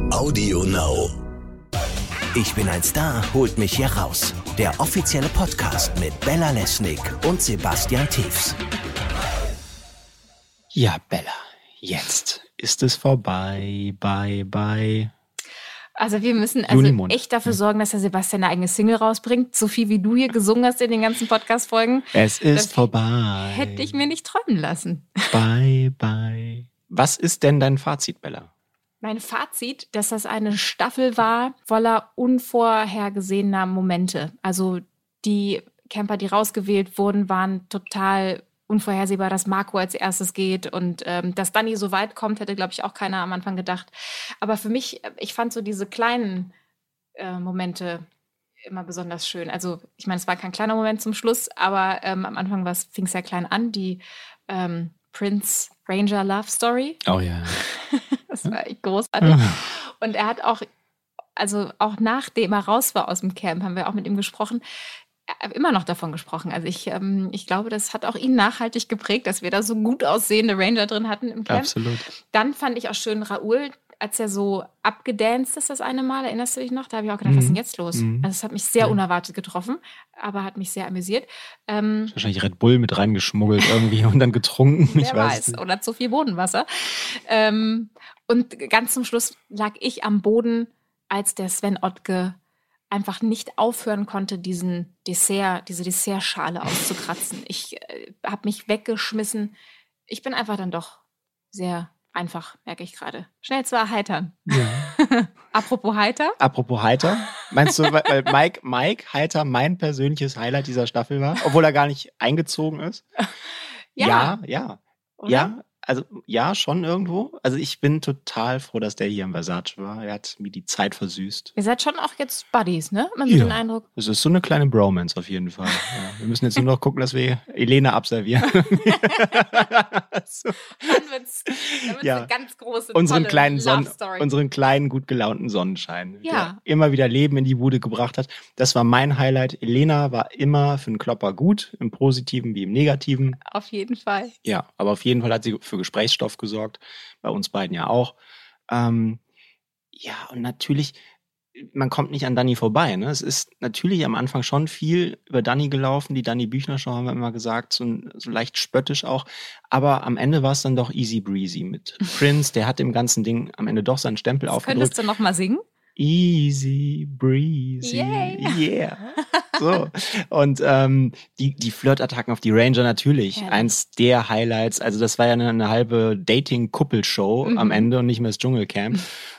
Audio Now. Ich bin ein Star, holt mich hier raus. Der offizielle Podcast mit Bella Lesnick und Sebastian Tiefs. Ja, Bella, jetzt ist es vorbei. Bye. Also wir müssen Junimond. echt dafür sorgen, dass der Sebastian eine eigene Single rausbringt. So viel wie du hier gesungen hast in den ganzen Podcast-Folgen. Es ist Das vorbei. Hätte ich mir nicht träumen lassen. Bye. Was ist denn dein Fazit, Bella? Mein Fazit, dass das eine Staffel war voller unvorhergesehener Momente. Also die Camper, die rausgewählt wurden, waren total unvorhersehbar, dass Marco als erstes geht und dass Dani so weit kommt, hätte, glaube ich, auch keiner am Anfang gedacht. Aber für mich, ich fand so diese kleinen Momente immer besonders schön. Also ich meine, es war kein kleiner Moment zum Schluss, aber am Anfang fing es sehr klein an, die Prince Ranger Love Story. Oh ja. Das war echt großartig. Und er hat auch, also auch nachdem er raus war aus dem Camp, haben wir auch mit ihm gesprochen, immer noch davon gesprochen. Also ich glaube, das hat auch ihn nachhaltig geprägt, dass wir da so gut aussehende Ranger drin hatten im Camp. Absolut. Dann fand ich auch schön Raoul, als er so abgedanced ist das eine Mal, erinnerst du dich noch? Da habe ich auch gedacht, was ist denn jetzt los? Also es hat mich sehr unerwartet getroffen, aber hat mich sehr amüsiert. Wahrscheinlich Red Bull mit reingeschmuggelt irgendwie und dann getrunken. Wer weiß. Oder zu viel Bodenwasser. Und ganz zum Schluss lag ich am Boden, als der Sven Ottke einfach nicht aufhören konnte, diese Dessertschale auszukratzen. Ich habe mich weggeschmissen. Ich bin einfach dann doch sehr einfach, merke ich gerade. Schnell zwar heitern. Ja. Apropos heiter. Meinst du, weil Mike Heiter mein persönliches Highlight dieser Staffel war, obwohl er gar nicht eingezogen ist? Ja. Oder? Ja, also ja, schon irgendwo. Also ich bin total froh, dass der hier im Versace war. Er hat mir die Zeit versüßt. Ihr seid schon auch jetzt Buddies, ne? Man hat den Eindruck. Es ist so eine kleine Bromance auf jeden Fall. Ja, wir müssen jetzt nur noch gucken, dass wir Elena abservieren. So. Dann wird's eine ganz große, unseren tolle kleinen Love-Story. unseren kleinen, gut gelaunten Sonnenschein, Ja. der immer wieder Leben in die Bude gebracht hat. Das war mein Highlight. Elena war immer für einen Klopper gut, im Positiven wie im Negativen. Auf jeden Fall. Ja, aber auf jeden Fall hat sie für Gesprächsstoff gesorgt. Bei uns beiden ja auch. Ja, und natürlich, man kommt nicht an Dani vorbei. Ne? Es ist natürlich am Anfang schon viel über Dani gelaufen. Die Dani Büchner Show haben wir immer gesagt, so leicht spöttisch auch. Aber am Ende war es dann doch easy breezy mit Prince. Der hat dem ganzen Ding am Ende doch seinen Stempel aufgedrückt. Könntest du noch mal singen? Easy breezy, Yay. yeah. So. Und die Flirtattacken auf die Ranger natürlich. Ja. Eins der Highlights. Also das war ja eine halbe Dating-Kuppelshow am Ende und nicht mehr das Dschungelcamp.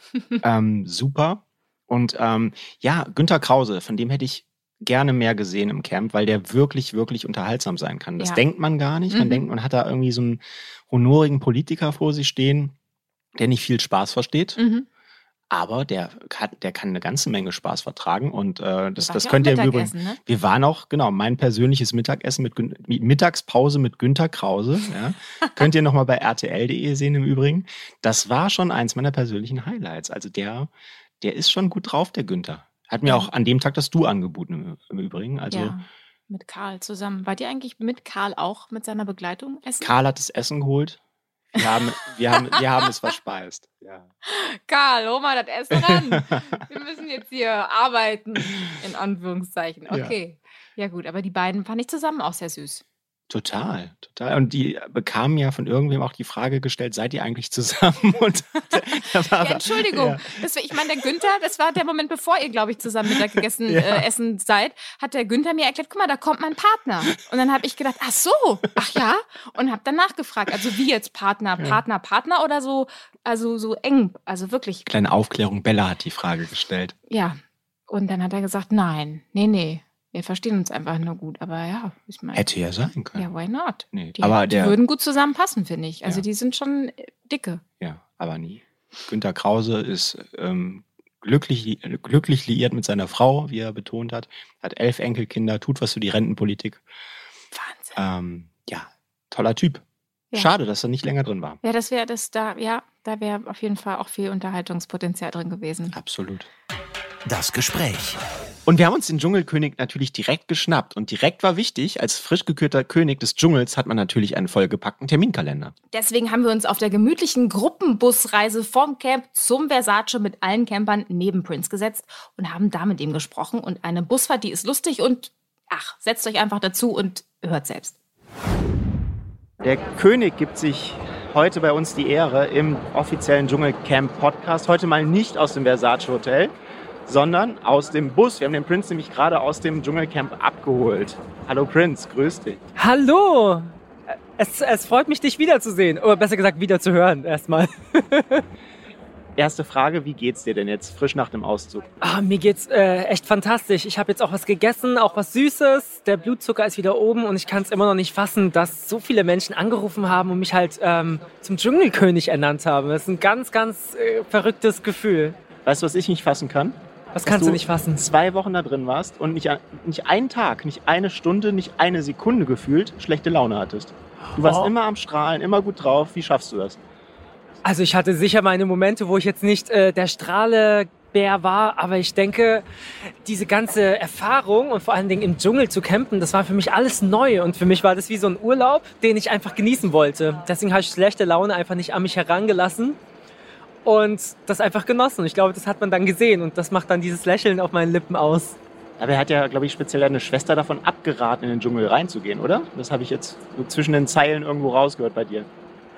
Super. Und Günther Krause, von dem hätte ich gerne mehr gesehen im Camp, weil der wirklich, wirklich unterhaltsam sein kann. Das denkt man gar nicht. Man denkt, man hat da irgendwie so einen honorigen Politiker vor sich stehen, der nicht viel Spaß versteht. Aber der kann eine ganze Menge Spaß vertragen und das könnt ihr im Übrigen. Ne? Wir waren auch, genau, mein persönliches Mittagessen mit Mittagspause mit Günther Krause. Ja. Könnt ihr nochmal bei rtl.de sehen im Übrigen. Das war schon eins meiner persönlichen Highlights. Also der ist schon gut drauf, der Günther. Hat mir auch an dem Tag das Du angeboten im Übrigen. Also Ja, mit Karl zusammen. Wart ihr eigentlich mit Karl auch mit seiner Begleitung essen? Karl hat das Essen geholt. Wir haben es verspeist. Ja. Karl, hol mal das Essen ran. Wir müssen jetzt hier arbeiten, in Anführungszeichen. Okay. Ja gut, aber die beiden fand ich zusammen auch sehr süß. Total. Und die bekamen ja von irgendwem auch die Frage gestellt, seid ihr eigentlich zusammen? Und Entschuldigung. Ja. Ich meine, der Günther, das war der Moment, bevor ihr, glaube ich, zusammen Mittag essen seid, hat der Günther mir erklärt, guck mal, da kommt mein Partner. Und dann habe ich gedacht, ach ja? Und habe dann nachgefragt, also wie jetzt Partner oder so, also so eng, also wirklich. Kleine Aufklärung, Bella hat die Frage gestellt. Ja. Und dann hat er gesagt, nee. Wir verstehen uns einfach nur gut, aber ja, ich meine. Hätte ja sein können. Ja, why not? Nee, Die der würden gut zusammenpassen, finde ich. Also die sind schon dicke. Ja, aber nie. Günther Krause ist glücklich liiert mit seiner Frau, wie er betont hat 11 Enkelkinder, tut was für die Rentenpolitik. Wahnsinn. Toller Typ. Ja. Schade, dass er nicht länger drin war. Ja, da wäre auf jeden Fall auch viel Unterhaltungspotenzial drin gewesen. Absolut. Das Gespräch. Und wir haben uns den Dschungelkönig natürlich direkt geschnappt. Und direkt war wichtig, als frisch gekürter König des Dschungels hat man natürlich einen vollgepackten Terminkalender. Deswegen haben wir uns auf der gemütlichen Gruppenbusreise vom Camp zum Versace mit allen Campern neben Prince gesetzt und haben da mit ihm gesprochen. Und eine Busfahrt, die ist lustig und setzt euch einfach dazu und hört selbst. Der König gibt sich heute bei uns die Ehre im offiziellen Dschungelcamp-Podcast. Heute mal nicht aus dem Versace Hotel, sondern aus dem Bus. Wir haben den Prince nämlich gerade aus dem Dschungelcamp abgeholt. Hallo Prince, grüß dich. Hallo! Es freut mich, dich wiederzusehen. Oder besser gesagt, wiederzuhören erstmal. Erste Frage, wie geht's dir denn jetzt frisch nach dem Auszug? Mir geht's echt fantastisch. Ich habe jetzt auch was gegessen, auch was Süßes. Der Blutzucker ist wieder oben und ich kann es immer noch nicht fassen, dass so viele Menschen angerufen haben und mich halt zum Dschungelkönig ernannt haben. Das ist ein ganz, ganz verrücktes Gefühl. Weißt du, was ich nicht fassen kann? Was kannst du nicht fassen? 2 Wochen da drin warst und nicht einen Tag, nicht eine Stunde, nicht eine Sekunde gefühlt schlechte Laune hattest. Du warst immer am Strahlen, immer gut drauf. Wie schaffst du das? Also ich hatte sicher meine Momente, wo ich jetzt nicht der Strahlebär war, aber ich denke, diese ganze Erfahrung und vor allen Dingen im Dschungel zu campen, das war für mich alles neu und für mich war das wie so ein Urlaub, den ich einfach genießen wollte. Deswegen habe ich schlechte Laune einfach nicht an mich herangelassen und das einfach genossen. Ich glaube, das hat man dann gesehen und das macht dann dieses Lächeln auf meinen Lippen aus. Aber er hat ja, glaube ich, speziell deine Schwester davon abgeraten, in den Dschungel reinzugehen, oder? Das habe ich jetzt so zwischen den Zeilen irgendwo rausgehört bei dir.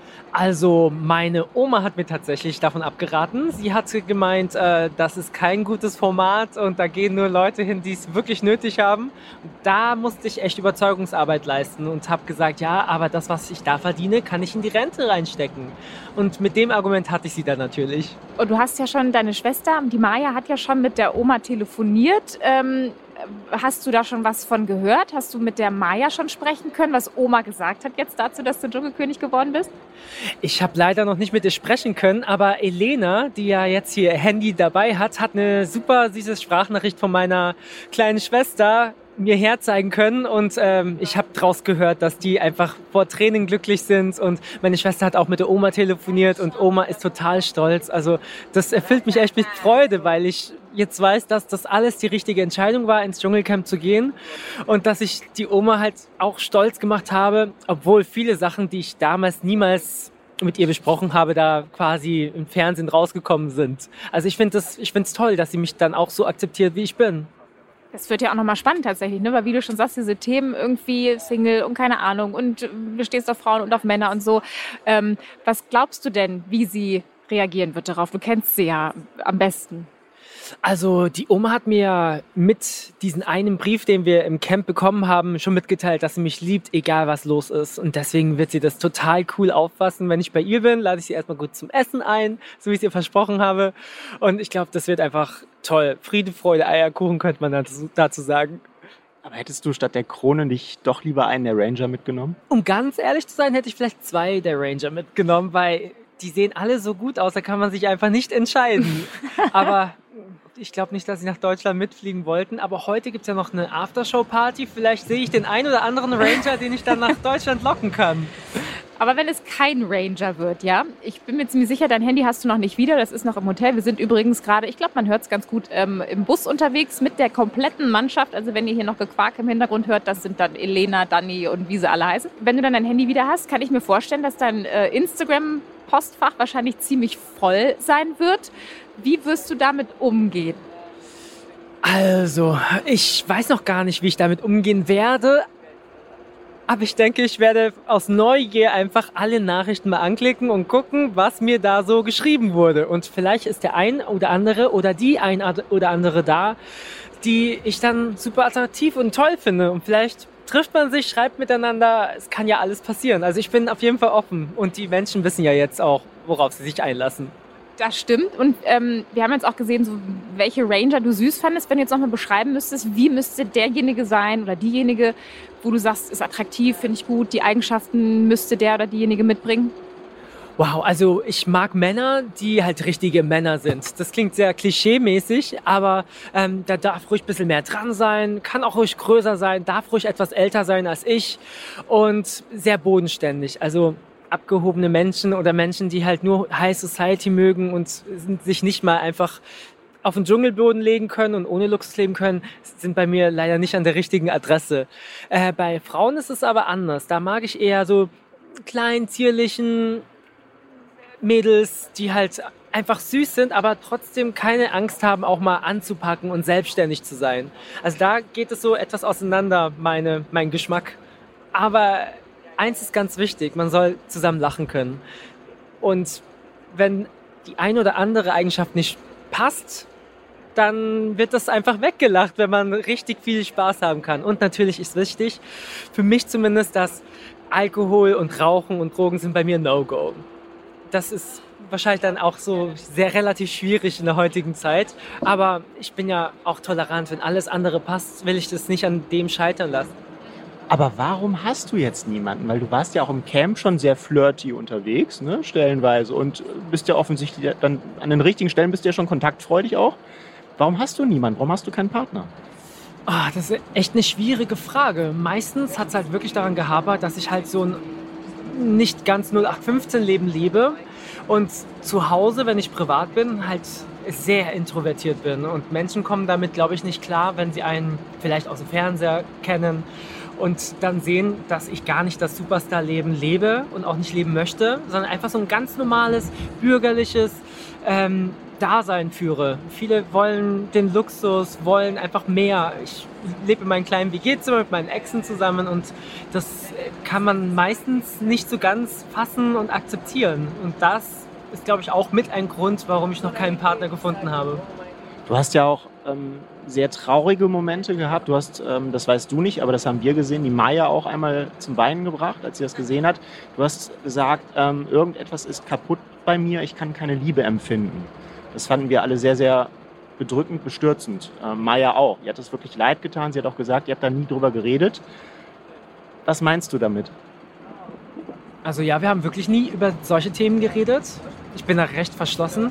Also meine Oma hat mir tatsächlich davon abgeraten. Sie hatte gemeint, das ist kein gutes Format und da gehen nur Leute hin, die es wirklich nötig haben. Da musste ich echt Überzeugungsarbeit leisten und habe gesagt, ja, aber das, was ich da verdiene, kann ich in die Rente reinstecken. Und mit dem Argument hatte ich sie dann natürlich. Und du hast ja schon, deine Schwester, die Maya, hat ja schon mit der Oma telefoniert. Hast du da schon was von gehört? Hast du mit der Maya schon sprechen können, was Oma gesagt hat jetzt dazu, dass du Dschungelkönig geworden bist? Ich habe leider noch nicht mit ihr sprechen können, aber Elena, die ja jetzt hier ihr Handy dabei hat, hat eine super süße Sprachnachricht von meiner kleinen Schwester mir herzeigen können und ich habe draus gehört, dass die einfach vor Tränen glücklich sind und meine Schwester hat auch mit der Oma telefoniert und Oma ist total stolz. Also das erfüllt mich echt mit Freude, weil ich jetzt weiß, dass das alles die richtige Entscheidung war, ins Dschungelcamp zu gehen und dass ich die Oma halt auch stolz gemacht habe, obwohl viele Sachen, die ich damals niemals mit ihr besprochen habe, da quasi im Fernsehen rausgekommen sind. Also ich finde es toll, dass sie mich dann auch so akzeptiert, wie ich bin. Das wird ja auch nochmal spannend tatsächlich, ne? Weil wie du schon sagst, diese Themen irgendwie Single und keine Ahnung und du stehst auf Frauen und auf Männer und so. Was glaubst du denn, wie sie reagieren wird darauf? Du kennst sie ja am besten. Also die Oma hat mir mit diesem einen Brief, den wir im Camp bekommen haben, schon mitgeteilt, dass sie mich liebt, egal was los ist. Und deswegen wird sie das total cool auffassen. Wenn ich bei ihr bin, lade ich sie erstmal gut zum Essen ein, so wie ich es ihr versprochen habe. Und ich glaube, das wird einfach toll. Friede, Freude, Eierkuchen könnte man dazu sagen. Aber hättest du statt der Krone nicht doch lieber einen der Ranger mitgenommen? Um ganz ehrlich zu sein, hätte ich vielleicht 2 der Ranger mitgenommen, weil die sehen alle so gut aus, da kann man sich einfach nicht entscheiden. Aber ich glaube nicht, dass sie nach Deutschland mitfliegen wollten. Aber heute gibt es ja noch eine Aftershow-Party. Vielleicht sehe ich den einen oder anderen Ranger, den ich dann nach Deutschland locken kann. Aber wenn es kein Ranger wird, ja, ich bin mir ziemlich sicher, dein Handy hast du noch nicht wieder, das ist noch im Hotel. Wir sind übrigens gerade, ich glaube, man hört es ganz gut, im Bus unterwegs mit der kompletten Mannschaft. Also wenn ihr hier noch Gequark im Hintergrund hört, das sind dann Elena, Dani und wie sie alle heißen. Wenn du dann dein Handy wieder hast, kann ich mir vorstellen, dass dein Instagram-Postfach wahrscheinlich ziemlich voll sein wird. Wie wirst du damit umgehen? Also, ich weiß noch gar nicht, wie ich damit umgehen werde. Aber ich denke, ich werde aus Neugier einfach alle Nachrichten mal anklicken und gucken, was mir da so geschrieben wurde. Und vielleicht ist der ein oder andere oder die ein oder andere da, die ich dann super attraktiv und toll finde. Und vielleicht trifft man sich, schreibt miteinander. Es kann ja alles passieren. Also ich bin auf jeden Fall offen. Und die Menschen wissen ja jetzt auch, worauf sie sich einlassen. Das stimmt. Und wir haben jetzt auch gesehen, so, welche Ranger du süß fandest. Wenn du jetzt nochmal beschreiben müsstest, wie müsste derjenige sein oder diejenige, wo du sagst, ist attraktiv, finde ich gut, die Eigenschaften müsste der oder diejenige mitbringen? Wow, also ich mag Männer, die halt richtige Männer sind. Das klingt sehr klischee-mäßig, aber da darf ruhig ein bisschen mehr dran sein, kann auch ruhig größer sein, darf ruhig etwas älter sein als ich und sehr bodenständig. Also abgehobene Menschen oder Menschen, die halt nur High Society mögen und sich nicht mal einfach auf den Dschungelboden legen können und ohne Luxus leben können, sind bei mir leider nicht an der richtigen Adresse. Bei Frauen ist es aber anders. Da mag ich eher so kleinen, zierlichen Mädels, die halt einfach süß sind, aber trotzdem keine Angst haben, auch mal anzupacken und selbstständig zu sein. Also da geht es so etwas auseinander, mein Geschmack. Aber eins ist ganz wichtig, man soll zusammen lachen können. Und wenn die eine oder andere Eigenschaft nicht passt, dann wird das einfach weggelacht, wenn man richtig viel Spaß haben kann. Und natürlich ist wichtig, für mich zumindest, dass Alkohol und Rauchen und Drogen sind bei mir No-Go. Das ist wahrscheinlich dann auch so sehr relativ schwierig in der heutigen Zeit. Aber ich bin ja auch tolerant. Wenn alles andere passt, will ich das nicht an dem scheitern lassen. Aber warum hast du jetzt niemanden? Weil du warst ja auch im Camp schon sehr flirty unterwegs, ne, stellenweise. Und bist ja offensichtlich dann an den richtigen Stellen bist du ja schon kontaktfreudig auch. Warum hast du niemanden? Warum hast du keinen Partner? Das ist echt eine schwierige Frage. Meistens hat es halt wirklich daran gehapert, dass ich halt so ein nicht ganz 0815-Leben lebe und zu Hause, wenn ich privat bin, halt sehr introvertiert bin. Und Menschen kommen damit, glaube ich, nicht klar, wenn sie einen vielleicht aus dem Fernseher kennen und dann sehen, dass ich gar nicht das Superstar-Leben lebe und auch nicht leben möchte, sondern einfach so ein ganz normales, bürgerliches Dasein führe. Viele wollen den Luxus, wollen einfach mehr. Ich lebe in meinem kleinen WG-Zimmer mit meinen Exen zusammen und das kann man meistens nicht so ganz fassen und akzeptieren. Und das ist, glaube ich, auch mit ein Grund, warum ich noch keinen Partner gefunden habe. Du hast ja auch sehr traurige Momente gehabt. Du hast, das weißt du nicht, aber das haben wir gesehen, die Maya auch einmal zum Weinen gebracht, als sie das gesehen hat. Du hast gesagt, irgendetwas ist kaputt bei mir, ich kann keine Liebe empfinden. Das fanden wir alle sehr, sehr bedrückend, bestürzend. Maya auch. Ihr hat das wirklich leid getan. Sie hat auch gesagt, ihr habt da nie drüber geredet. Was meinst du damit? Also ja, wir haben wirklich nie über solche Themen geredet. Ich bin da recht verschlossen.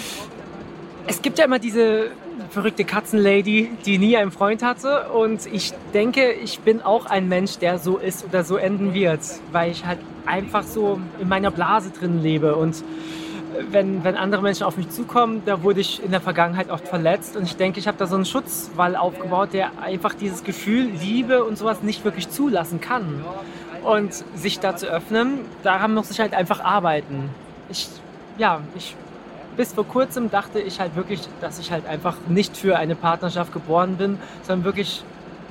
Es gibt ja immer diese verrückte Katzenlady, die nie einen Freund hatte. Und ich denke, ich bin auch ein Mensch, der so ist oder so enden wird. Weil ich halt einfach so in meiner Blase drin lebe. Und wenn andere Menschen auf mich zukommen, da wurde ich in der Vergangenheit oft verletzt. Und ich denke, ich habe da so einen Schutzwall aufgebaut, der einfach dieses Gefühl, Liebe und sowas nicht wirklich zulassen kann. Und sich da zu öffnen, daran muss ich halt einfach arbeiten. Bis vor kurzem dachte ich halt wirklich, dass ich halt einfach nicht für eine Partnerschaft geboren bin, sondern wirklich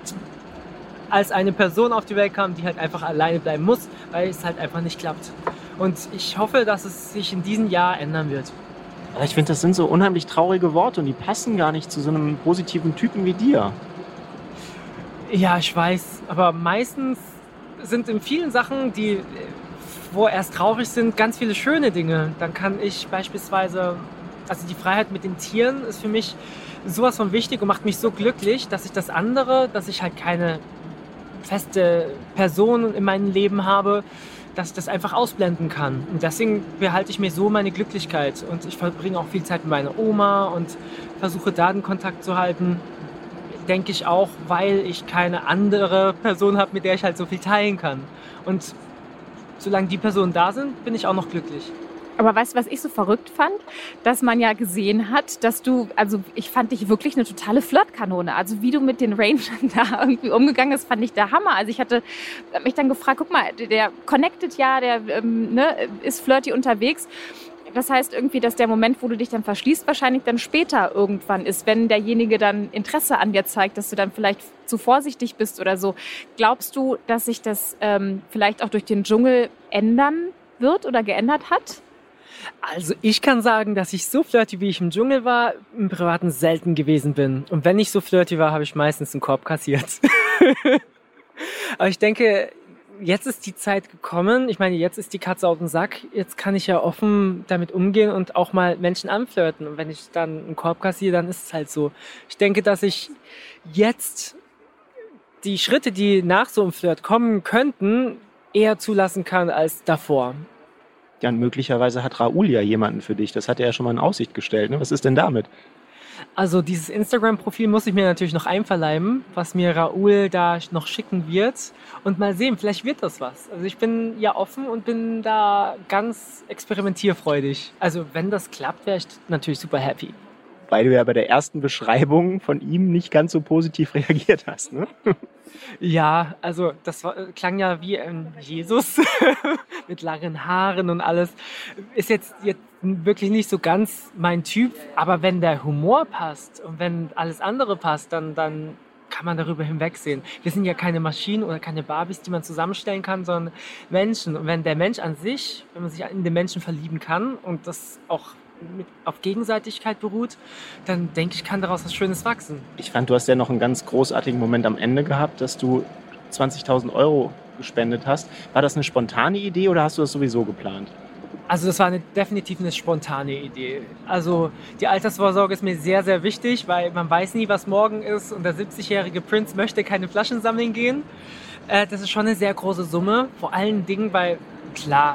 als eine Person auf die Welt kam, die halt einfach alleine bleiben muss, weil es halt einfach nicht klappt. Und ich hoffe, dass es sich in diesem Jahr ändern wird. Aber ich finde, das sind so unheimlich traurige Worte und die passen gar nicht zu so einem positiven Typen wie dir. Ja, ich weiß, aber meistens sind in vielen Sachen, wo erst traurig sind, ganz viele schöne Dinge. Dann kann ich beispielsweise, also die Freiheit mit den Tieren ist für mich sowas von wichtig und macht mich so glücklich, dass ich dass ich halt keine feste Person in meinem Leben habe, dass ich das einfach ausblenden kann. Und deswegen behalte ich mir so meine Glücklichkeit. Und ich verbringe auch viel Zeit mit meiner Oma und versuche da den Kontakt zu halten. Denke ich auch, weil ich keine andere Person habe, mit der ich halt so viel teilen kann. Und solange die Personen da sind, bin ich auch noch glücklich. Aber weißt du, was ich so verrückt fand? Dass man ja gesehen hat, dass ich fand dich wirklich eine totale Flirtkanone. Also wie du mit den Rangern da irgendwie umgegangen bist, fand ich der Hammer. Also ich habe mich dann gefragt, guck mal, der connectet ja, der ist flirty unterwegs. Das heißt irgendwie, dass der Moment, wo du dich dann verschließt, wahrscheinlich dann später irgendwann ist, wenn derjenige dann Interesse an dir zeigt, dass du dann vielleicht zu vorsichtig bist oder so. Glaubst du, dass sich das vielleicht auch durch den Dschungel ändern wird oder geändert hat? Also ich kann sagen, dass ich so flirty, wie ich im Dschungel war, im Privaten selten gewesen bin. Und wenn ich so flirty war, habe ich meistens einen Korb kassiert. Aber ich denke, jetzt ist die Zeit gekommen. Ich meine, jetzt ist die Katze auf dem Sack. Jetzt kann ich ja offen damit umgehen und auch mal Menschen anflirten. Und wenn ich dann einen Korb kassiere, dann ist es halt so. Ich denke, dass ich jetzt die Schritte, die nach so einem Flirt kommen könnten, eher zulassen kann als davor. Ja, und möglicherweise hat Raoul ja jemanden für dich. Das hat er ja schon mal in Aussicht gestellt. Ne? Was ist denn damit? Also dieses Instagram-Profil muss ich mir natürlich noch einverleiben, was mir Raoul da noch schicken wird. Und mal sehen, vielleicht wird das was. Also ich bin ja offen und bin da ganz experimentierfreudig. Also wenn das klappt, wäre ich natürlich super happy. Wobei du ja bei der ersten Beschreibung von ihm nicht ganz so positiv reagiert hast, ne? Ja, also das klang ja wie Jesus mit langen Haaren und alles. Ist jetzt wirklich nicht so ganz mein Typ, aber wenn der Humor passt und wenn alles andere passt, dann kann man darüber hinwegsehen. Wir sind ja keine Maschinen oder keine Barbies, die man zusammenstellen kann, sondern Menschen. Und wenn der Mensch an sich, wenn man sich in den Menschen verlieben kann und das auch auf Gegenseitigkeit beruht, dann denke ich, kann daraus was Schönes wachsen. Ich fand, du hast ja noch einen ganz großartigen Moment am Ende gehabt, dass du 20.000 Euro gespendet hast. War das eine spontane Idee oder hast du das sowieso geplant? Also das war definitiv eine spontane Idee. Also die Altersvorsorge ist mir sehr, sehr wichtig, weil man weiß nie, was morgen ist und der 70-jährige Prince möchte keine Flaschen sammeln gehen. Das ist schon eine sehr große Summe, vor allen Dingen, weil klar,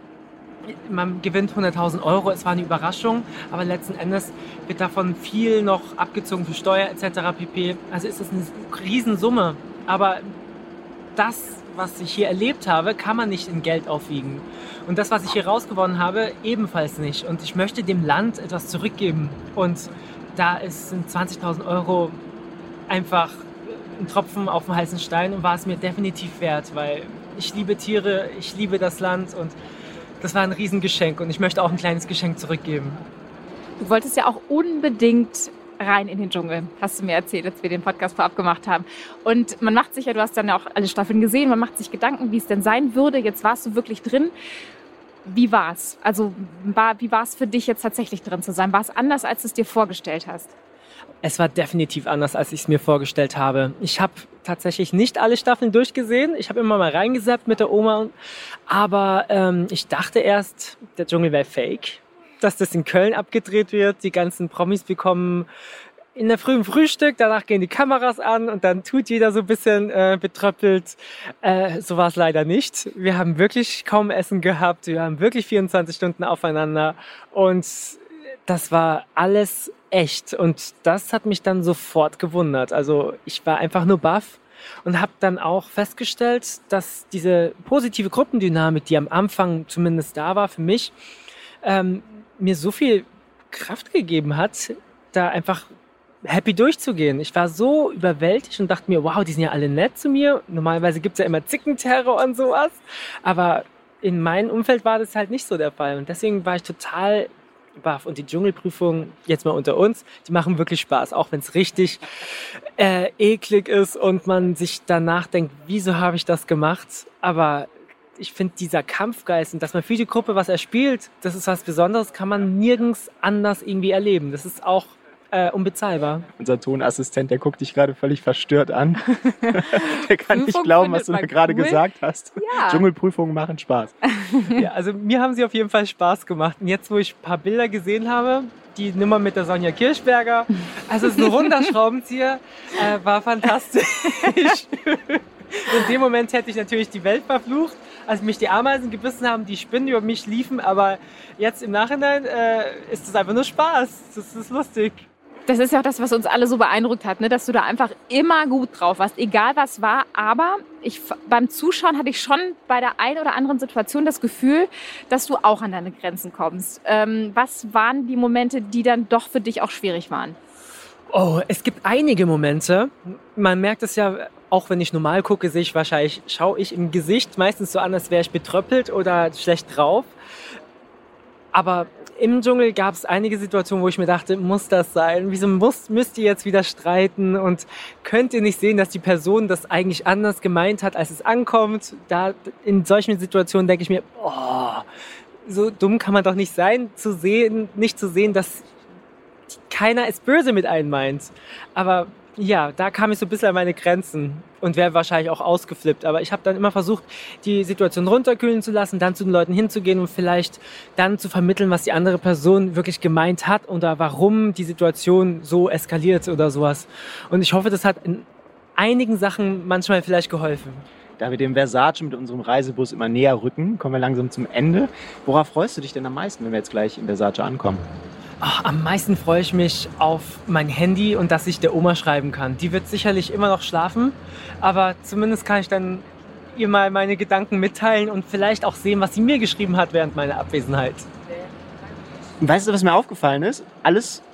man gewinnt 100.000 Euro, es war eine Überraschung, aber letzten Endes wird davon viel noch abgezogen für Steuer etc. pp. Also ist es eine Riesensumme, aber das, was ich hier erlebt habe, kann man nicht in Geld aufwiegen. Und das, was ich hier rausgewonnen habe, ebenfalls nicht. Und ich möchte dem Land etwas zurückgeben. Und da sind 20.000 Euro einfach ein Tropfen auf dem heißen Stein und war es mir definitiv wert, weil ich liebe Tiere, ich liebe das Land und das war ein Riesengeschenk und ich möchte auch ein kleines Geschenk zurückgeben. Du wolltest ja auch unbedingt rein in den Dschungel, hast du mir erzählt, als wir den Podcast vorab gemacht haben. Und man macht sich ja, du hast dann ja auch alle Staffeln gesehen, man macht sich Gedanken, wie es denn sein würde. Jetzt warst du wirklich drin. Wie war's? Also wie war es für dich jetzt tatsächlich drin zu sein? War es anders, als du es dir vorgestellt hast? Es war definitiv anders, als ich es mir vorgestellt habe. Ich habe tatsächlich nicht alle Staffeln durchgesehen. Ich habe immer mal reingesappt mit der Oma. Aber ich dachte erst, der Dschungel wäre fake. Dass das in Köln abgedreht wird. Die ganzen Promis bekommen in der frühen Frühstück, danach gehen die Kameras an und dann tut jeder so ein bisschen betröppelt. So war es leider nicht. Wir haben wirklich kaum Essen gehabt. Wir haben wirklich 24 Stunden aufeinander. Und das war alles echt. Und das hat mich dann sofort gewundert. Also ich war einfach nur baff und habe dann auch festgestellt, dass diese positive Gruppendynamik, die am Anfang zumindest da war für mich, mir so viel Kraft gegeben hat, da einfach happy durchzugehen. Ich war so überwältigt und dachte mir, wow, die sind ja alle nett zu mir. Normalerweise gibt es ja immer Zickenterror und sowas. Aber in meinem Umfeld war das halt nicht so der Fall. Und deswegen war ich total baff. Und die Dschungelprüfungen, jetzt mal unter uns, die machen wirklich Spaß. Auch wenn es richtig eklig ist und man sich danach denkt, wieso habe ich das gemacht? Aber ich finde, dieser Kampfgeist und dass man für die Gruppe was erspielt, das ist was Besonderes, kann man nirgends anders irgendwie erleben. Das ist auch unbezahlbar. Unser Tonassistent, der guckt dich gerade völlig verstört an. Der kann nicht glauben, was du da gerade gesagt hast. Ja. Dschungelprüfungen machen Spaß. Ja, also mir haben sie auf jeden Fall Spaß gemacht. Und jetzt, wo ich ein paar Bilder gesehen habe, die Nummer mit der Sonja Kirchberger, also es ist ein runder Schraubenzieher, war fantastisch. In dem Moment hätte ich natürlich die Welt verflucht, als mich die Ameisen gebissen haben, die Spinnen über mich liefen, aber jetzt im Nachhinein ist es einfach nur Spaß. Das ist lustig. Das ist ja auch das, was uns alle so beeindruckt hat, ne? Dass du da einfach immer gut drauf warst, egal was war. Aber beim Zuschauen hatte ich schon bei der einen oder anderen Situation das Gefühl, dass du auch an deine Grenzen kommst. Was waren die Momente, die dann doch für dich auch schwierig waren? Oh, es gibt einige Momente. Man merkt es ja, auch wenn ich normal gucke, schaue ich im Gesicht meistens so an, als wäre ich betröppelt oder schlecht drauf. Aber im Dschungel gab es einige Situationen, wo ich mir dachte, muss das sein? Wieso müsst ihr jetzt wieder streiten? Und könnt ihr nicht sehen, dass die Person das eigentlich anders gemeint hat, als es ankommt? Da in solchen Situationen denke ich mir, so dumm kann man doch nicht sein, nicht zu sehen, dass keiner es böse mit einem meint. Aber ja, da kam ich so ein bisschen an meine Grenzen und wäre wahrscheinlich auch ausgeflippt. Aber ich habe dann immer versucht, die Situation runterkühlen zu lassen, dann zu den Leuten hinzugehen und vielleicht dann zu vermitteln, was die andere Person wirklich gemeint hat oder warum die Situation so eskaliert oder sowas. Und ich hoffe, das hat in einigen Sachen manchmal vielleicht geholfen. Da wir dem Versace mit unserem Reisebus immer näher rücken, kommen wir langsam zum Ende. Worauf freust du dich denn am meisten, wenn wir jetzt gleich in Versace ankommen? Am meisten freue ich mich auf mein Handy und dass ich der Oma schreiben kann. Die wird sicherlich immer noch schlafen, aber zumindest kann ich dann ihr mal meine Gedanken mitteilen und vielleicht auch sehen, was sie mir geschrieben hat während meiner Abwesenheit. Weißt du, was mir aufgefallen ist? Alles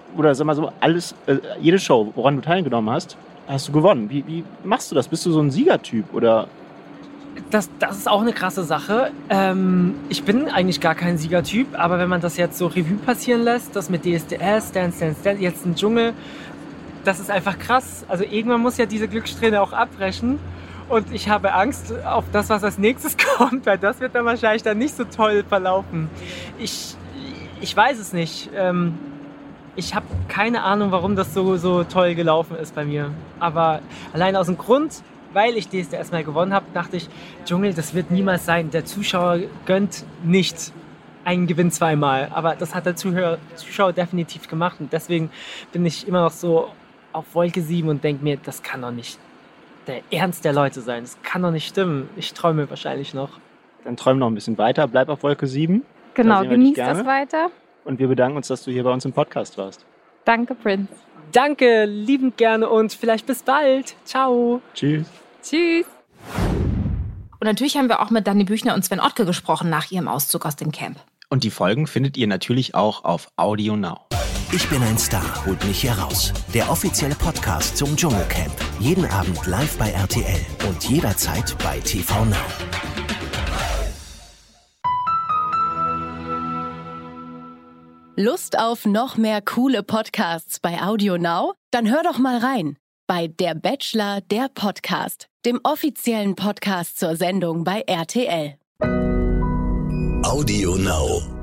oder sag mal so, jede Show, woran du teilgenommen hast, hast du gewonnen. Wie machst du das? Bist du so ein Siegertyp oder? Das ist auch eine krasse Sache. Ich bin eigentlich gar kein Siegertyp, aber wenn man das jetzt so Revue passieren lässt, das mit DSDS, Dance, jetzt ein Dschungel, das ist einfach krass. Also irgendwann muss ja diese Glückssträhne auch abbrechen und ich habe Angst auf das, was als nächstes kommt, weil das wird dann wahrscheinlich dann nicht so toll verlaufen. Ich weiß es nicht. Ich habe keine Ahnung, warum das so toll gelaufen ist bei mir. Aber allein aus dem Grund, weil ich DSDS mal gewonnen habe, dachte ich, Dschungel, das wird niemals sein. Der Zuschauer gönnt nicht einen Gewinn zweimal. Aber das hat der Zuschauer definitiv gemacht. Und deswegen bin ich immer noch so auf Wolke 7 und denke mir, das kann doch nicht der Ernst der Leute sein. Das kann doch nicht stimmen. Ich träume wahrscheinlich noch. Dann träum noch ein bisschen weiter. Bleib auf Wolke 7. Genau, genieß das weiter. Und wir bedanken uns, dass du hier bei uns im Podcast warst. Danke, Prince. Danke, liebend gerne und vielleicht bis bald. Ciao. Tschüss. Tschüss. Und natürlich haben wir auch mit Dani Büchner und Sven Ottke gesprochen nach ihrem Auszug aus dem Camp. Und die Folgen findet ihr natürlich auch auf Audio Now. Ich bin ein Star, holt mich hier raus. Der offizielle Podcast zum Dschungelcamp. Jeden Abend live bei RTL und jederzeit bei TV Now. Lust auf noch mehr coole Podcasts bei Audio Now? Dann hör doch mal rein bei Der Bachelor, der Podcast, dem offiziellen Podcast zur Sendung bei RTL. Audio Now.